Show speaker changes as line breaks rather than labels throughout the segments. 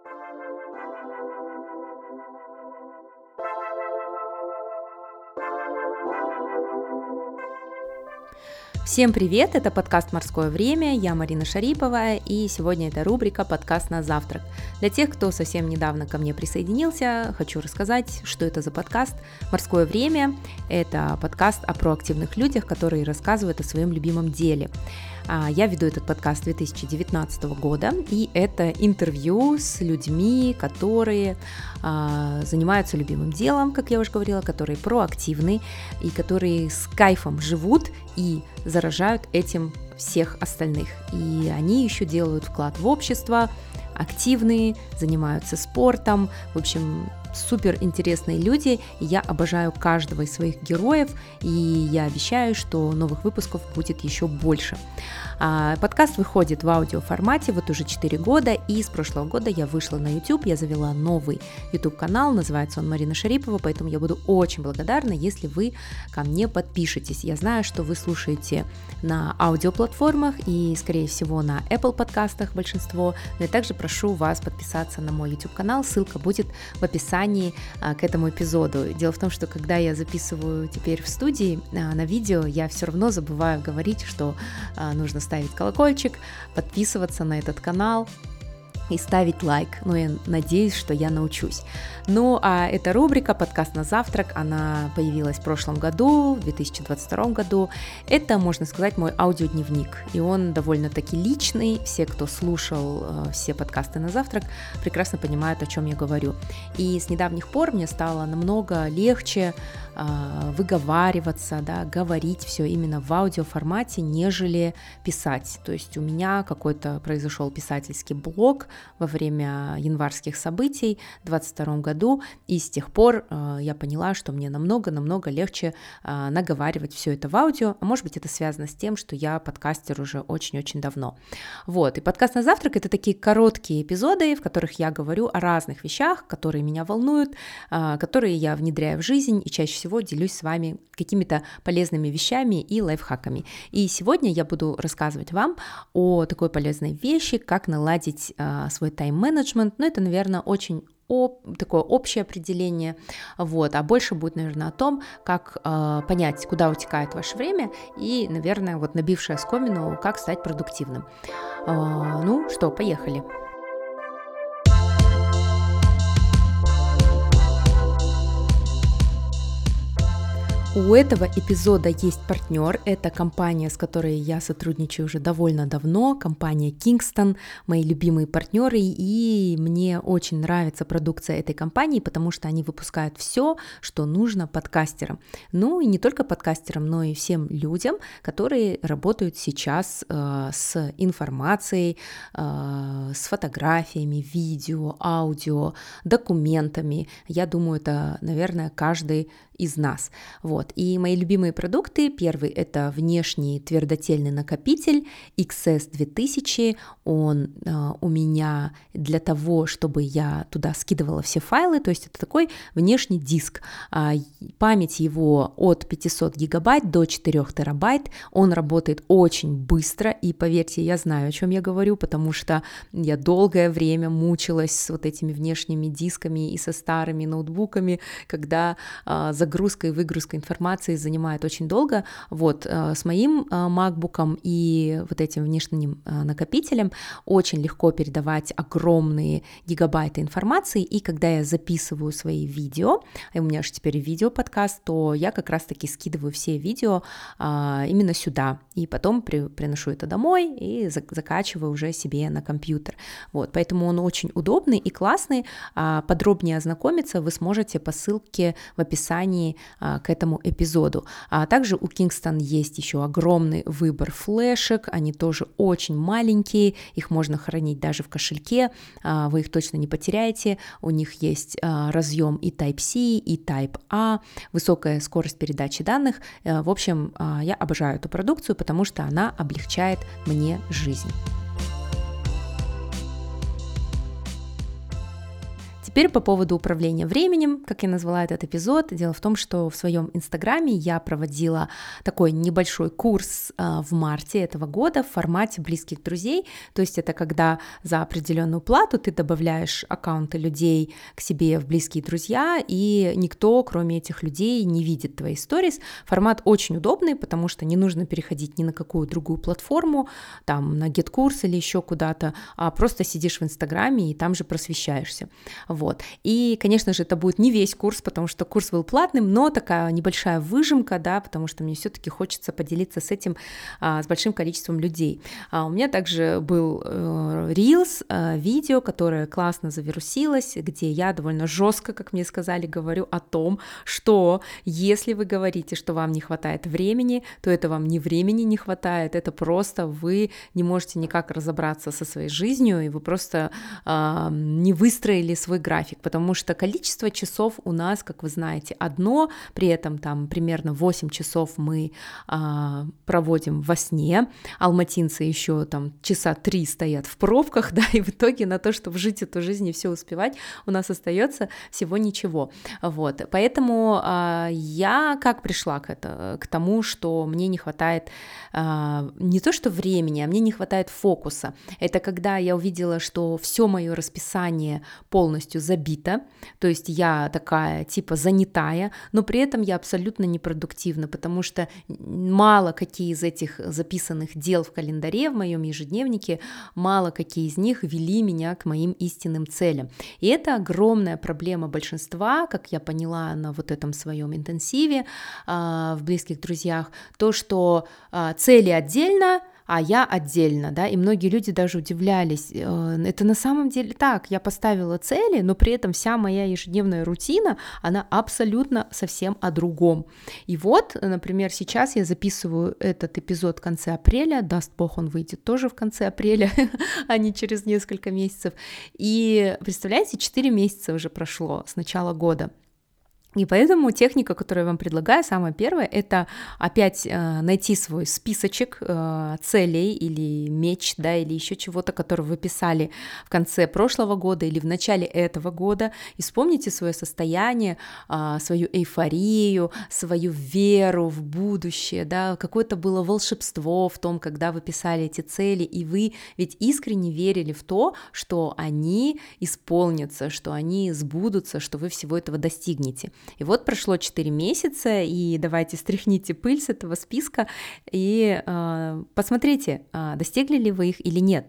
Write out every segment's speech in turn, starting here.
Всем привет, это подкаст «Морское время», я Марина Шарипова, и сегодня это рубрика «Подкаст на завтрак». Для тех, кто совсем недавно ко мне присоединился, хочу рассказать, что это за подкаст. «Морское время» — это подкаст о проактивных людях, которые рассказывают о своем любимом деле. Я веду этот подкаст с 2019 года, и это интервью с людьми, которые занимаются любимым делом, как я уже говорила, которые проактивны и которые с кайфом живут и заражают этим всех остальных. И они еще делают вклад в общество, активные, занимаются спортом, в общем, супер интересные люди, и я обожаю каждого из своих героев, и я обещаю, что новых выпусков будет еще больше. Подкаст выходит в аудиоформате вот уже 4 года, и с прошлого года я вышла на YouTube, я завела новый YouTube-канал, называется он Марина Шарипова, поэтому я буду очень благодарна, если вы ко мне подпишетесь. Я знаю, что вы слушаете на аудиоплатформах и, скорее всего, на Apple подкастах большинство, но я также прошу вас подписаться на мой YouTube-канал, ссылка будет в описании к этому эпизоду. Дело в том, что когда я записываю теперь в студии на видео, я все равно забываю говорить, что нужно ставить колокольчик, подписываться на этот канал и ставить лайк. Ну, я надеюсь, что я научусь. Ну, а эта рубрика «Подкаст на завтрак», она появилась в прошлом году, в 2022 году. Это, можно сказать, мой аудиодневник, и он довольно-таки личный. Все, кто слушал все подкасты на завтрак, прекрасно понимают, о чем я говорю. И с недавних пор мне стало намного легче выговариваться, да, говорить все именно в аудиоформате, нежели писать. То есть у меня какой-то произошел писательский блок во время январских событий в 2022 году, и с тех пор я поняла, что мне намного легче наговаривать все это в аудио, а может быть это связано с тем, что я подкастер уже очень-очень давно. Вот, и подкаст на завтрак — это такие короткие эпизоды, в которых я говорю о разных вещах, которые меня волнуют, которые я внедряю в жизнь, и чаще всего делюсь с вами какими-то полезными вещами и лайфхаками. И сегодня я буду рассказывать вам о такой полезной вещи, как наладить свой тайм-менеджмент. Ну, это, наверное, очень такое общее определение, вот, а больше будет, наверное, о том, как понять, куда утекает ваше время, и, наверное, вот набившая оскомину, как стать продуктивным. Ну что, поехали. У этого эпизода есть партнер, это компания, с которой я сотрудничаю уже довольно давно, компания Kingston, мои любимые партнеры, и мне очень нравится продукция этой компании, потому что они выпускают все, что нужно подкастерам. Ну и не только подкастерам, но и всем людям, которые работают сейчас с информацией, с фотографиями, видео, аудио, документами. Я думаю, это, наверное, каждый из нас. Вот. И мои любимые продукты: первый — это внешний твердотельный накопитель XS2000. Он у меня для того, чтобы я туда скидывала все файлы, то есть это такой внешний диск. Память его от 500 гигабайт до 4 терабайт. Он работает очень быстро, и поверьте, я знаю, о чем я говорю, потому что я долгое время мучилась с вот этими внешними дисками и со старыми ноутбуками, когда загрузка и выгрузка информации занимает очень долго. Вот, с моим MacBook'ом и вот этим внешним накопителем очень легко передавать огромные гигабайты информации, и когда я записываю свои видео, и у меня же теперь видео-подкаст, то я как раз-таки скидываю все видео именно сюда, и потом приношу это домой и закачиваю уже себе на компьютер. Вот, поэтому он очень удобный и классный. Подробнее ознакомиться вы сможете по ссылке в описании к этому эпизоду. А также у Kingston есть еще огромный выбор флешек, они тоже очень маленькие, их можно хранить даже в кошельке, вы их точно не потеряете, у них есть разъем и Type-C, и Type-A, высокая скорость передачи данных. В общем, я обожаю эту продукцию, потому что она облегчает мне жизнь. Теперь по поводу управления временем, как я назвала этот эпизод. Дело в том, что в своем инстаграме я проводила такой небольшой курс в марте этого года в формате близких друзей. То есть это когда за определенную плату ты добавляешь аккаунты людей к себе в близкие друзья, и никто, кроме этих людей, не видит твои сторис. Формат очень удобный, потому что не нужно переходить ни на какую другую платформу, там на GetCourse или еще куда-то, а просто сидишь в инстаграме и там же просвещаешься. Вот. И, конечно же, это будет не весь курс, потому что курс был платным, но такая небольшая выжимка, да, потому что мне все-таки хочется поделиться с этим с большим количеством людей. У меня также был Reels, видео, которое классно завирусилось, где я довольно жестко, как мне сказали, говорю о том, что если вы говорите, что вам не хватает времени, то это вам не времени не хватает, это просто вы не можете никак разобраться со своей жизнью, и вы просто не выстроили свой график, потому что количество часов у нас, как вы знаете, одно, при этом там примерно 8 часов мы проводим во сне, алматинцы еще там часа 3 стоят в пробках, да, и в итоге на то, чтобы жить эту жизнь и все успевать, у нас остается всего ничего, вот, поэтому я как пришла к тому, что мне не хватает не то что времени, а мне не хватает фокуса, это когда я увидела, что все мое расписание полностью забито, то есть я такая типа занятая, но при этом я абсолютно непродуктивна, потому что мало какие из этих записанных дел в календаре, в моем ежедневнике, мало какие из них вели меня к моим истинным целям. И это огромная проблема большинства, как я поняла на вот этом своем интенсиве в близких друзьях, то, что цели отдельно, а я отдельно, да, и многие люди даже удивлялись, это на самом деле так, я поставила цели, но при этом вся моя ежедневная рутина, она абсолютно совсем о другом. И вот, например, сейчас я записываю этот эпизод в конце апреля, даст Бог, он выйдет тоже в конце апреля, а не через несколько месяцев, и представляете, 4 месяца уже прошло с начала года. И поэтому техника, которую я вам предлагаю, самая первая, это опять найти свой списочек целей или меч, да, или еще чего-то, который вы писали в конце прошлого года или в начале этого года, и вспомните свое состояние, свою эйфорию, свою веру в будущее, да, какое-то было волшебство в том, когда вы писали эти цели, и вы ведь искренне верили в то, что они исполнятся, что они сбудутся, что вы всего этого достигнете. И вот прошло 4 месяца, и давайте стряхните пыль с этого списка и посмотрите, достигли ли вы их или нет.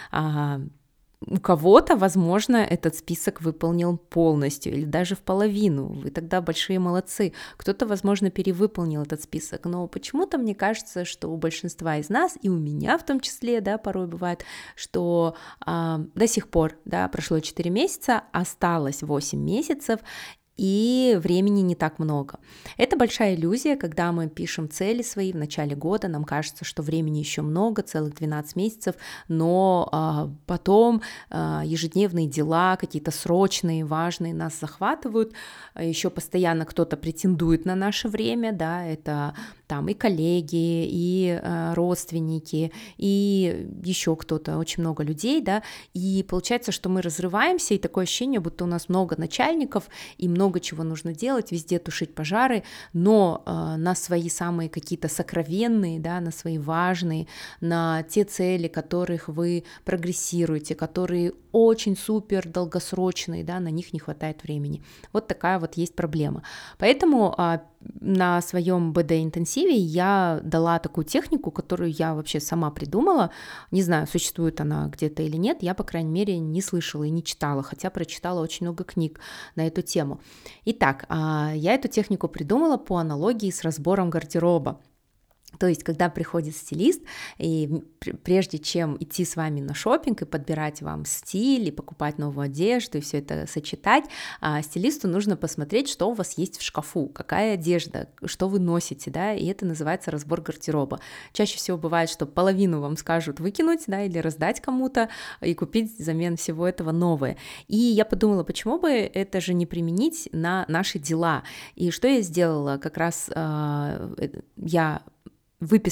У кого-то, возможно, этот список выполнил полностью или даже в половину, вы тогда большие молодцы. Кто-то, возможно, перевыполнил этот список, но почему-то мне кажется, что у большинства из нас, и у меня в том числе, да, порой бывает, что до сих пор, да, прошло 4 месяца, осталось 8 месяцев, и времени не так много. Это большая иллюзия, когда мы пишем цели свои в начале года, нам кажется, что времени еще много, целых 12 месяцев, но потом ежедневные дела, какие-то срочные, важные нас захватывают, еще постоянно кто-то претендует на наше время, да, это там и коллеги, и родственники, и еще кто-то, очень много людей, да, и получается, что мы разрываемся, и такое ощущение, будто у нас много начальников, и много чего нужно делать, везде тушить пожары, но на свои самые какие-то сокровенные, да, на свои важные, на те цели, которых вы прогрессируете, которые очень супер долгосрочные, да, на них не хватает времени. Вот такая вот есть проблема. Поэтому на своем БД-интенсиве я дала такую технику, которую я вообще сама придумала. Не знаю, существует она где-то или нет, я, по крайней мере, не слышала и не читала, хотя прочитала очень много книг на эту тему. Итак, я эту технику придумала по аналогии с разбором гардероба. То есть, когда приходит стилист, и прежде чем идти с вами на шопинг и подбирать вам стиль, и покупать новую одежду, и все это сочетать, стилисту нужно посмотреть, что у вас есть в шкафу, какая одежда, что вы носите, да, и это называется разбор гардероба. Чаще всего бывает, что половину вам скажут выкинуть, да, или раздать кому-то, и купить взамен всего этого новое. И я подумала, почему бы это же не применить на наши дела. И что я сделала? Как раз я выписала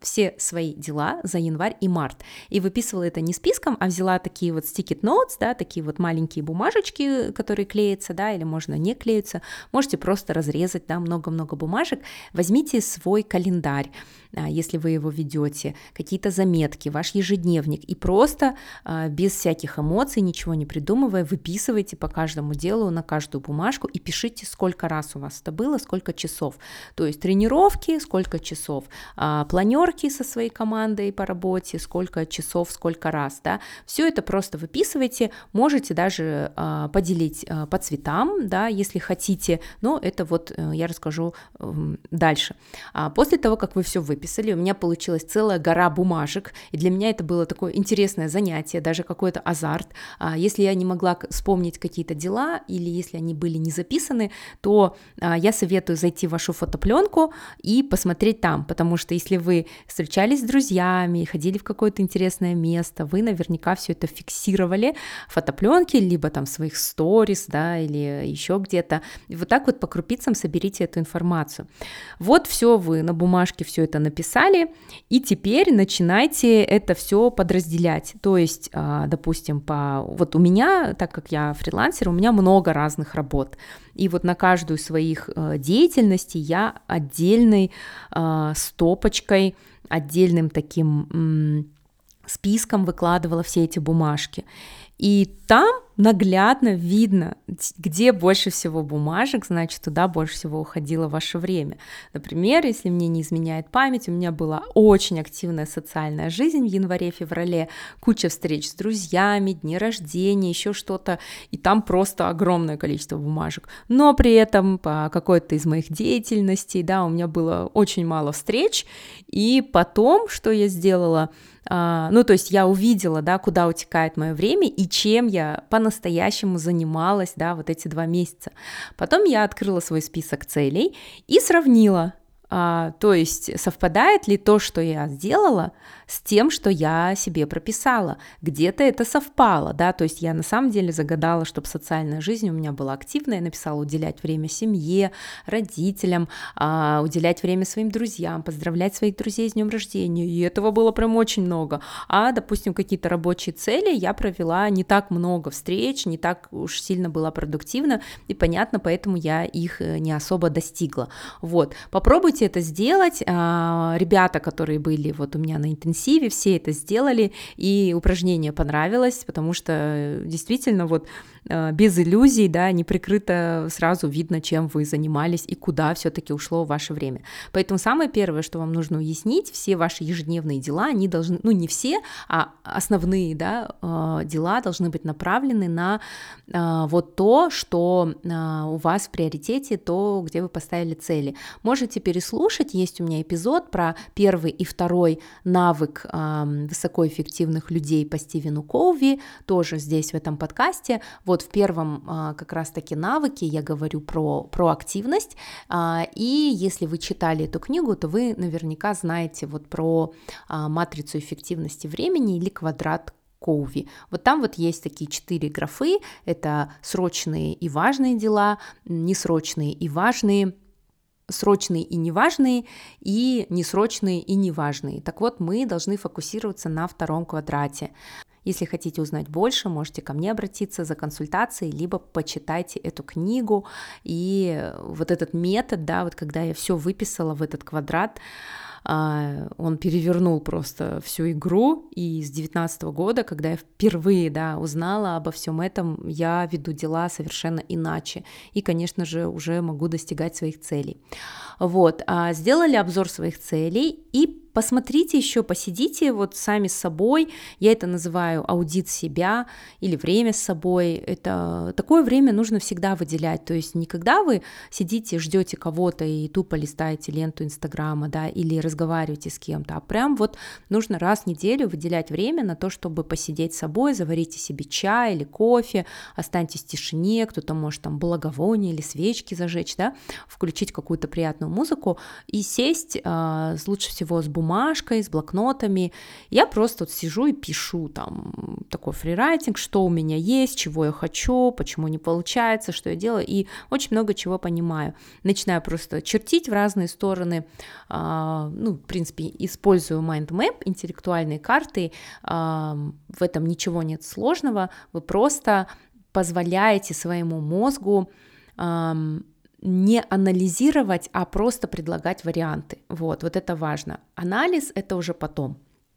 все свои дела за январь и март. И выписывала это не списком, а взяла такие вот sticky notes, да, такие вот маленькие бумажечки, которые клеятся, да, или можно не клеются. Можете просто разрезать, да, много-много бумажек. Возьмите свой календарь, если вы его ведете, какие-то заметки, ваш ежедневник, и просто без всяких эмоций, ничего не придумывая, выписывайте по каждому делу на каждую бумажку и пишите, сколько раз у вас это было, сколько часов. То есть тренировки, сколько часов, планерки со своей командой по работе, сколько часов, сколько раз, да. Все это просто выписывайте, можете даже поделить по цветам, да, если хотите, но это вот я расскажу дальше. После того, как вы все выписали, у меня получилась целая гора бумажек, и для меня это было такое интересное занятие, даже какой-то азарт. Если я не могла вспомнить какие-то дела, или если они были не записаны, то я советую зайти в вашу фотопленку и посмотреть там, потому что если вы встречались с друзьями, ходили в какое-то интересное место, вы наверняка все это фиксировали в фотопленке, либо там в своих сторис, да, или еще где-то. И вот так вот по крупицам соберите эту информацию. Вот все, вы на бумажке все это написали, и теперь начинайте это все подразделять. То есть, допустим, вот у меня, так как я фрилансер, у меня много разных работ. И вот на каждую из своих деятельностей я отдельной стопочкой, отдельным таким списком выкладывала все эти бумажки. И там наглядно видно, где больше всего бумажек, значит, туда больше всего уходило ваше время. Например, если мне не изменяет память, у меня была очень активная социальная жизнь в январе-феврале, куча встреч с друзьями, дни рождения, еще что-то, и там просто огромное количество бумажек. Но при этом по какой-то из моих деятельностей, да, у меня было очень мало встреч, и потом, что я сделала, то есть я увидела, да, куда утекает мое время и чем я по-настоящему занималась, да, вот эти 2 месяца. Потом я открыла свой список целей и сравнила, то есть совпадает ли то, что я сделала, с тем, что я себе прописала. Где-то это совпало, да, то есть я на самом деле загадала, чтобы социальная жизнь у меня была активная, я написала уделять время семье, родителям, уделять время своим друзьям, поздравлять своих друзей с днем рождения, и этого было прям очень много. Допустим, какие-то рабочие цели я провела не так много встреч, не так уж сильно была продуктивна, и понятно, поэтому я их не особо достигла. Вот, попробуйте это сделать. Ребята, которые были вот у меня на интенсиве, все это сделали, и упражнение понравилось, потому что действительно вот без иллюзий, да, неприкрыто сразу видно, чем вы занимались и куда все-таки ушло ваше время. Поэтому самое первое, что вам нужно уяснить, все ваши ежедневные дела, они должны, не все, а основные, да, дела должны быть направлены на вот то, что у вас в приоритете, то, где вы поставили цели. Можете переслушать, есть у меня эпизод про первый и второй навык высокоэффективных людей по Стивену Коуви, тоже здесь в этом подкасте. Вот в первом как раз-таки навыке я говорю про проактивность, и если вы читали эту книгу, то вы наверняка знаете вот про матрицу эффективности времени или квадрат Коуви. Вот там вот есть такие 4 графы, это срочные и важные дела, несрочные и важные, срочные и неважные, и несрочные и неважные. Так вот, мы должны фокусироваться на втором квадрате. Если хотите узнать больше, можете ко мне обратиться за консультацией, либо почитайте эту книгу. И вот этот метод, да, вот когда я все выписала в этот квадрат, он перевернул просто всю игру, и с 2019 года, когда я впервые, да, узнала обо всем этом, я веду дела совершенно иначе, и, конечно же, уже могу достигать своих целей. Вот, сделали обзор своих целей, и посмотрите еще, посидите вот сами с собой, я это называю аудит себя или время с собой, это такое время нужно всегда выделять, то есть не когда вы сидите, ждете кого-то и тупо листаете ленту Инстаграма, да, или разговариваете с кем-то, а прям вот нужно раз в неделю выделять время на то, чтобы посидеть с собой, заварите себе чай или кофе, останьтесь в тишине, кто-то может там благовоние или свечки зажечь, да, включить какую-то приятную музыку и сесть лучше всего с бумагой, бумажкой, с блокнотами. Я просто вот сижу и пишу там такой фрирайтинг, что у меня есть, чего я хочу, почему не получается, что я делаю, и очень много чего понимаю. Начинаю просто чертить в разные стороны, в принципе, использую mind map, интеллектуальные карты, в этом ничего нет сложного, вы просто позволяете своему мозгу не анализировать, а просто предлагать варианты. Вот это важно. Анализ — это уже потом.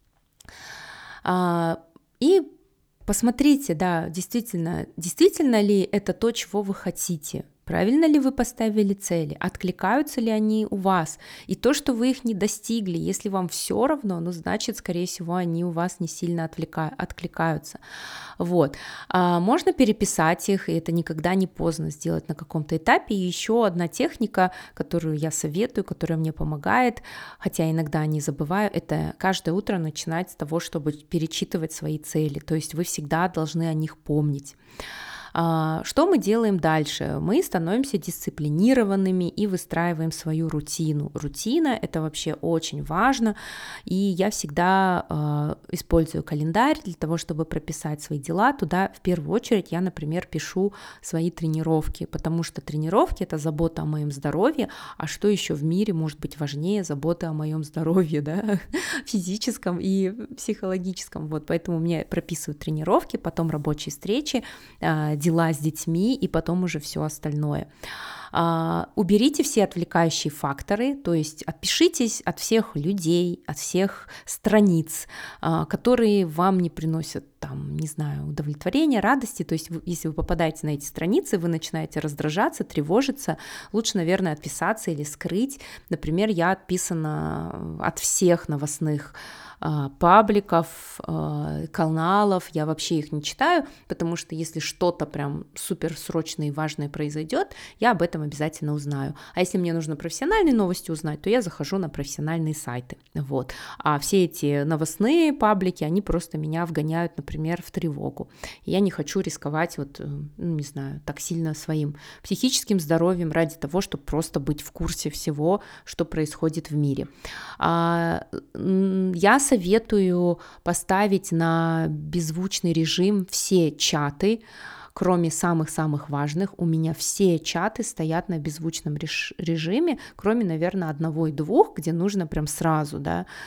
И посмотрите, да, действительно ли это то, чего вы хотите. Правильно ли вы поставили цели? Откликаются ли они у вас? И то, что вы их не достигли, если вам все равно, значит, скорее всего, они у вас не сильно откликаются. Вот. Можно переписать их, и это никогда не поздно сделать на каком-то этапе. И еще одна техника, которую я советую, которая мне помогает, хотя иногда не забываю, это каждое утро начинать с того, чтобы перечитывать свои цели. То есть вы всегда должны о них помнить. Что мы делаем дальше? Мы становимся дисциплинированными и выстраиваем свою рутину. Рутина — это вообще очень важно, и я всегда использую календарь для того, чтобы прописать свои дела. Туда в первую очередь я, например, пишу свои тренировки, потому что тренировки — это забота о моем здоровье, а что еще в мире может быть важнее заботы о моем здоровье, да? Физическом и психологическом. Вот, поэтому у меня прописывают тренировки, потом рабочие встречи, дела с детьми и потом уже все остальное. Уберите все отвлекающие факторы, то есть отпишитесь от всех людей, от всех страниц, которые вам не приносят удовлетворения, радости. То есть если вы попадаете на эти страницы, вы начинаете раздражаться, тревожиться, лучше, наверное, отписаться или скрыть. Например, я отписана от всех новостных пабликов, каналов, я вообще их не читаю, потому что если что-то прям супер срочное и важное произойдет, я об этом обязательно узнаю. А если мне нужно профессиональные новости узнать, то я захожу на профессиональные сайты. Вот. А все эти новостные паблики, они просто меня вгоняют, например, в тревогу. Я не хочу рисковать так сильно своим психическим здоровьем ради того, чтобы просто быть в курсе всего, что происходит в мире. Я советую поставить на беззвучный режим все чаты, кроме самых-самых важных. У меня все чаты стоят на беззвучном режиме, кроме, наверное, одного и двух, где нужно прям сразу,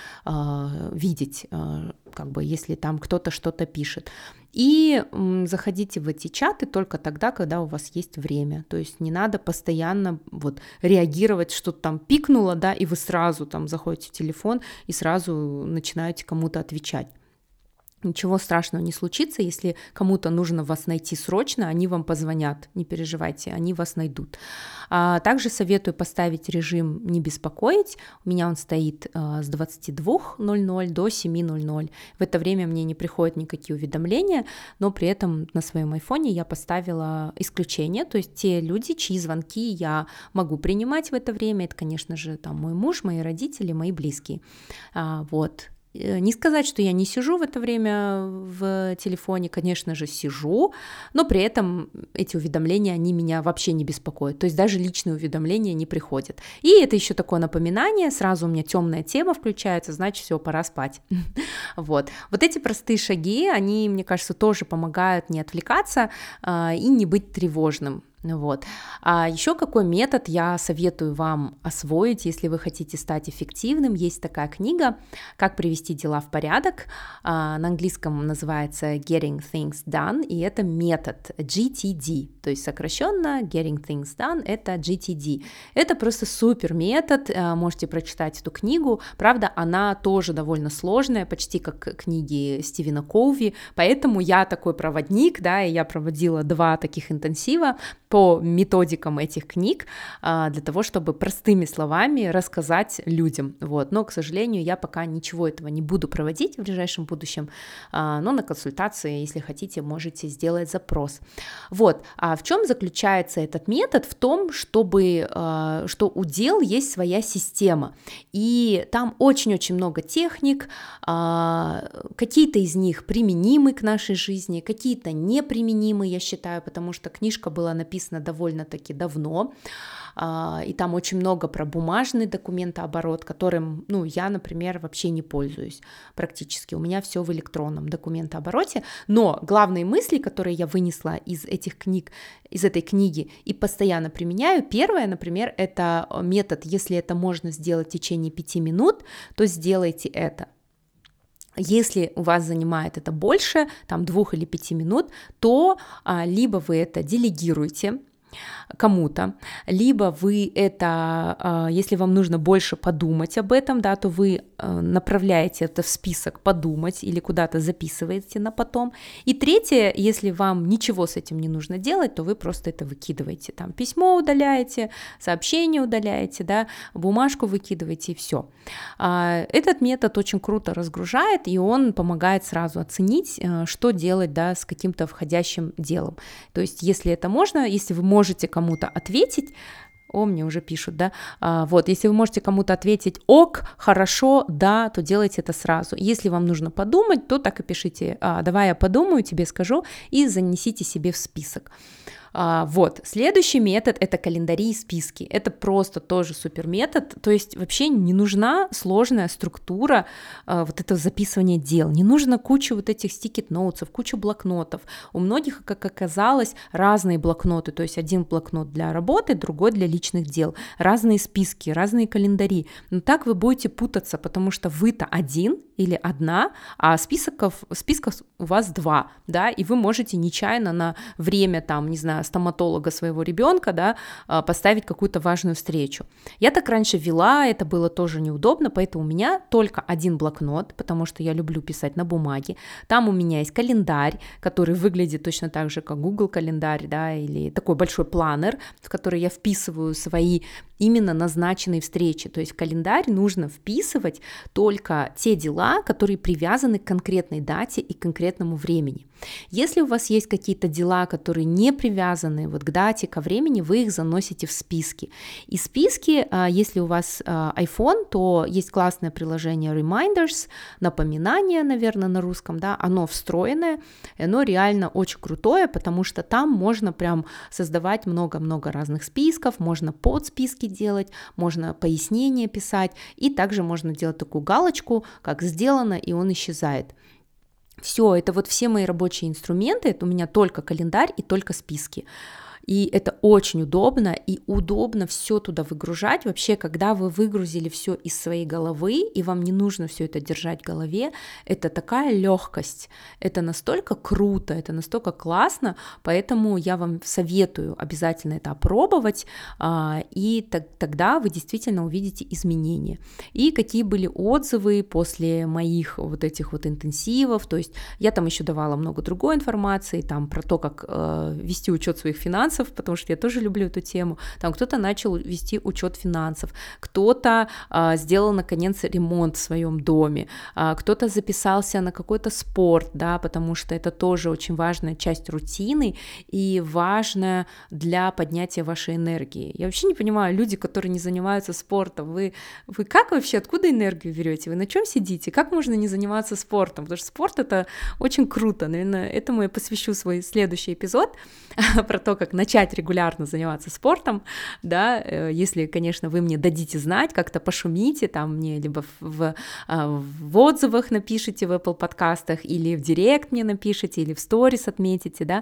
видеть, если там кто-то что-то пишет. И заходите в эти чаты только тогда, когда у вас есть время. То есть не надо постоянно реагировать, что-то там пикнуло, и вы сразу там заходите в телефон и сразу начинаете кому-то отвечать. Ничего страшного не случится, если кому-то нужно вас найти срочно, они вам позвонят, не переживайте, они вас найдут. Также советую поставить режим «не беспокоить», у меня он стоит с 22:00 до 7:00, в это время мне не приходят никакие уведомления, но при этом на своем айфоне я поставила исключение, то есть те люди, чьи звонки я могу принимать в это время, это, конечно же, мой муж, мои родители, мои близкие, вот. Не сказать, что я не сижу в это время в телефоне, конечно же, сижу, но при этом эти уведомления, они меня вообще не беспокоят, то есть даже личные уведомления не приходят. И это еще такое напоминание, сразу у меня темная тема включается, значит, все, пора спать. Вот эти простые шаги, они, мне кажется, тоже помогают не отвлекаться и не быть тревожным. А еще какой метод я советую вам освоить, если вы хотите стать эффективным? Есть такая книга «Как привести дела в порядок», на английском называется Getting Things Done, и это метод GTD, то есть сокращенно Getting Things Done — это GTD. Это просто супер метод, можете прочитать эту книгу, правда, она тоже довольно сложная, почти как книги Стивена Коуви, поэтому я такой проводник, и я проводила 2 таких интенсива по методикам этих книг для того, чтобы простыми словами рассказать людям. Но, к сожалению, я пока ничего этого не буду проводить в ближайшем будущем, но на консультации, если хотите, можете сделать запрос. А в чем заключается этот метод? В том, что у дел есть своя система, и там очень-очень много техник, какие-то из них применимы к нашей жизни, какие-то неприменимы, я считаю, потому что книжка была написана написано довольно-таки давно, и там очень много про бумажный документооборот, которым, я, например, вообще не пользуюсь практически. У меня все в электронном документообороте, но главные мысли, которые я вынесла из этой книги и постоянно применяю, первое, например, это метод, если это можно сделать в течение 5 минут, то сделайте это. Если у вас занимает это больше, 2 или 5 минут, то либо вы это делегируете кому-то, либо вы это, если вам нужно больше подумать об этом, да, то вы направляете это в список подумать или куда-то записываете на потом. И третье, если вам ничего с этим не нужно делать, то вы просто это выкидываете, письмо удаляете, сообщение удаляете, да, бумажку выкидываете и все. Этот метод очень круто разгружает, и он помогает сразу оценить, что делать, да, с каким-то входящим делом. То есть, если это можно, если вы можете кому-то ответить, мне уже пишут, да, если вы можете кому-то ответить ок, хорошо, да, то делайте это сразу. Если вам нужно подумать, то так и пишите, давай я подумаю, тебе скажу, и занесите себе в список. Следующий метод — это календари и списки. Это просто тоже супер метод, то есть вообще не нужна сложная структура этого записывания дел, не нужно куча этих стикет-ноутсов, куча блокнотов. У многих, как оказалось, разные блокноты, то есть один блокнот для работы, другой для личных дел, разные списки, разные календари. Но так вы будете путаться, потому что вы-то один или одна, а списков у вас 2, да, и вы можете нечаянно на время, стоматолога своего ребенка, да, поставить какую-то важную встречу. Я так раньше вела, это было тоже неудобно, поэтому у меня только один блокнот, потому что я люблю писать на бумаге. Там у меня есть календарь, который выглядит точно так же, как Google календарь, да, или такой большой планер, в который я вписываю свои именно назначенные встречи. То есть в календарь нужно вписывать только те дела, которые привязаны к конкретной дате и конкретному времени. Если у вас есть какие-то дела, которые не привязаны к дате, ко времени, вы их заносите в списки. И списки, если у вас iPhone, то есть классное приложение Reminders, напоминание, наверное, на русском, да, оно встроенное, и оно реально очень крутое, потому что там можно прям создавать много-много разных списков, можно подсписки делать, можно пояснения писать, и также можно делать такую галочку, как сделано, и он исчезает. Все, это все мои рабочие инструменты, это у меня только календарь и только списки. И это очень удобно, и удобно все туда выгружать. Вообще, когда вы выгрузили все из своей головы, и вам не нужно все это держать в голове, это такая легкость, это настолько круто, это настолько классно, поэтому я вам советую обязательно это опробовать, и тогда вы действительно увидите изменения. И какие были отзывы после моих этих интенсивов, то есть я там еще давала много другой информации, там про то, как вести учет своих финансов, потому что я тоже люблю эту тему. Там кто-то начал вести учет финансов, кто-то сделал наконец ремонт в своем доме, кто-то записался на какой-то спорт, да, потому что это тоже очень важная часть рутины и важная для поднятия вашей энергии. Я вообще не понимаю, люди, которые не занимаются спортом, вы как вообще, откуда энергию берете? Вы на чем сидите? Как можно не заниматься спортом? Потому что спорт — это очень круто. Наверное, этому я посвящу свой следующий эпизод про то, как начать регулярно заниматься спортом, да, если, конечно, вы мне дадите знать, как-то пошумите, там мне либо в отзывах напишите в Apple подкастах, или в директ мне напишите, или в сторис отметите, да,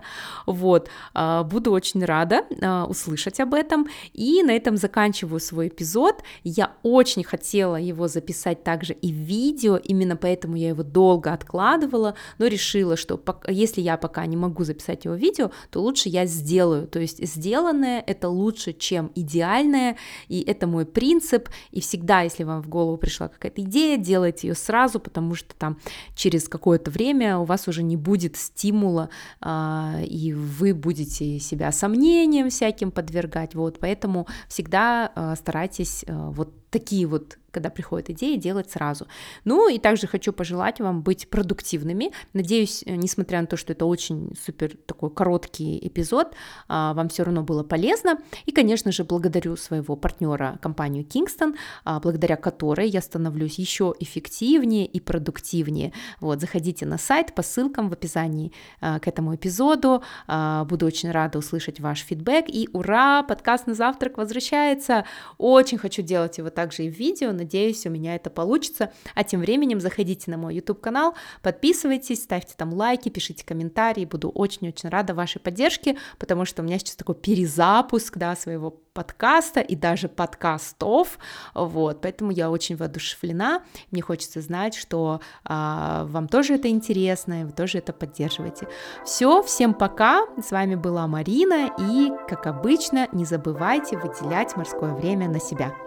буду очень рада услышать об этом, и на этом заканчиваю свой эпизод. Я очень хотела его записать также и в видео, именно поэтому я его долго откладывала, но решила, что если я пока не могу записать его в видео, то лучше я сделаю, то есть сделанное — это лучше, чем идеальное, и это мой принцип, и всегда, если вам в голову пришла какая-то идея, делайте ее сразу, потому что там через какое-то время у вас уже не будет стимула, и вы будете себя сомнениям всяким подвергать, поэтому всегда старайтесь такие когда приходит идея, делать сразу. Ну и также хочу пожелать вам быть продуктивными. Надеюсь, несмотря на то, что это очень супер такой короткий эпизод, вам все равно было полезно. И, конечно же, благодарю своего партнера, компанию Kingston, благодаря которой я становлюсь еще эффективнее и продуктивнее. Вот, заходите на сайт по ссылкам в описании к этому эпизоду. Буду очень рада услышать ваш фидбэк. И ура, подкаст на завтрак возвращается. Очень хочу делать его также и в видео. Надеюсь, у меня это получится. А тем временем заходите на мой YouTube-канал, подписывайтесь, ставьте там лайки, пишите комментарии. Буду очень-очень рада вашей поддержке, потому что у меня сейчас такой перезапуск, да, своего подкаста и даже подкастов, вот, поэтому я очень воодушевлена, мне хочется знать, что вам тоже это интересно, и вы тоже это поддерживаете. Все, всем пока, с вами была Марина, и, как обычно, не забывайте выделять морское время на себя.